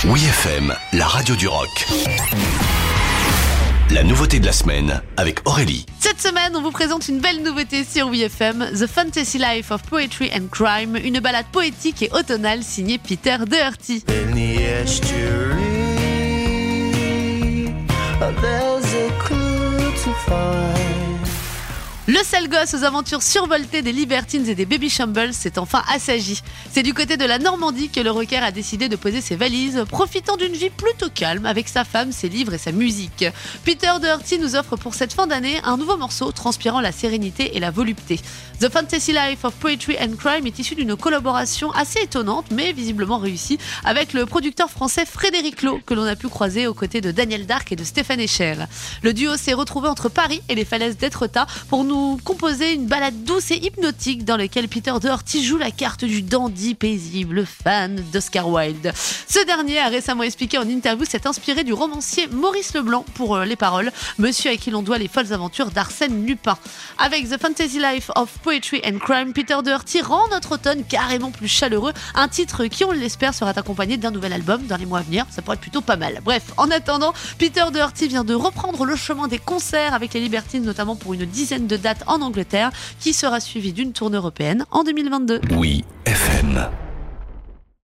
Oui FM, la radio du rock. La nouveauté de la semaine avec Aurélie. Cette semaine, on vous présente une belle nouveauté sur WeFM, The Fantasy Life of Poetry and Crime, une balade poétique et automnale signée Peter Doherty. In the estuary, there's a clue to find. Le sale gosse aux aventures survoltées des Libertines et des Baby Shambles s'est enfin assagi. C'est du côté de la Normandie que le rocker a décidé de poser ses valises, profitant d'une vie plutôt calme avec sa femme, ses livres et sa musique. Peter Doherty nous offre pour cette fin d'année un nouveau morceau transpirant la sérénité et la volupté. The Fantasy Life of Poetry and Crime est issu d'une collaboration assez étonnante mais visiblement réussie avec le producteur français Frédéric Lowe que l'on a pu croiser aux côtés de Daniel Dark et de Stéphane Echer. Le duo s'est retrouvé entre Paris et les falaises d'Étretat pour nous composer une balade douce et hypnotique dans laquelle Peter Doherty joue la carte du dandy paisible fan d'Oscar Wilde. Ce dernier a récemment expliqué en interview s'être inspiré du romancier Maurice Leblanc pour les paroles, monsieur à qui l'on doit les folles aventures d'Arsène Lupin. Avec The Fantasy Life of Poetry and Crime, Peter Doherty rend notre automne carrément plus chaleureux, un titre qui, on l'espère, sera accompagné d'un nouvel album dans les mois à venir, ça pourrait être plutôt pas mal. Bref, en attendant, Peter Doherty vient de reprendre le chemin des concerts avec les Libertines, notamment pour une dizaine de dates en Angleterre, qui sera suivie d'une tournée européenne en 2022. Oui FM.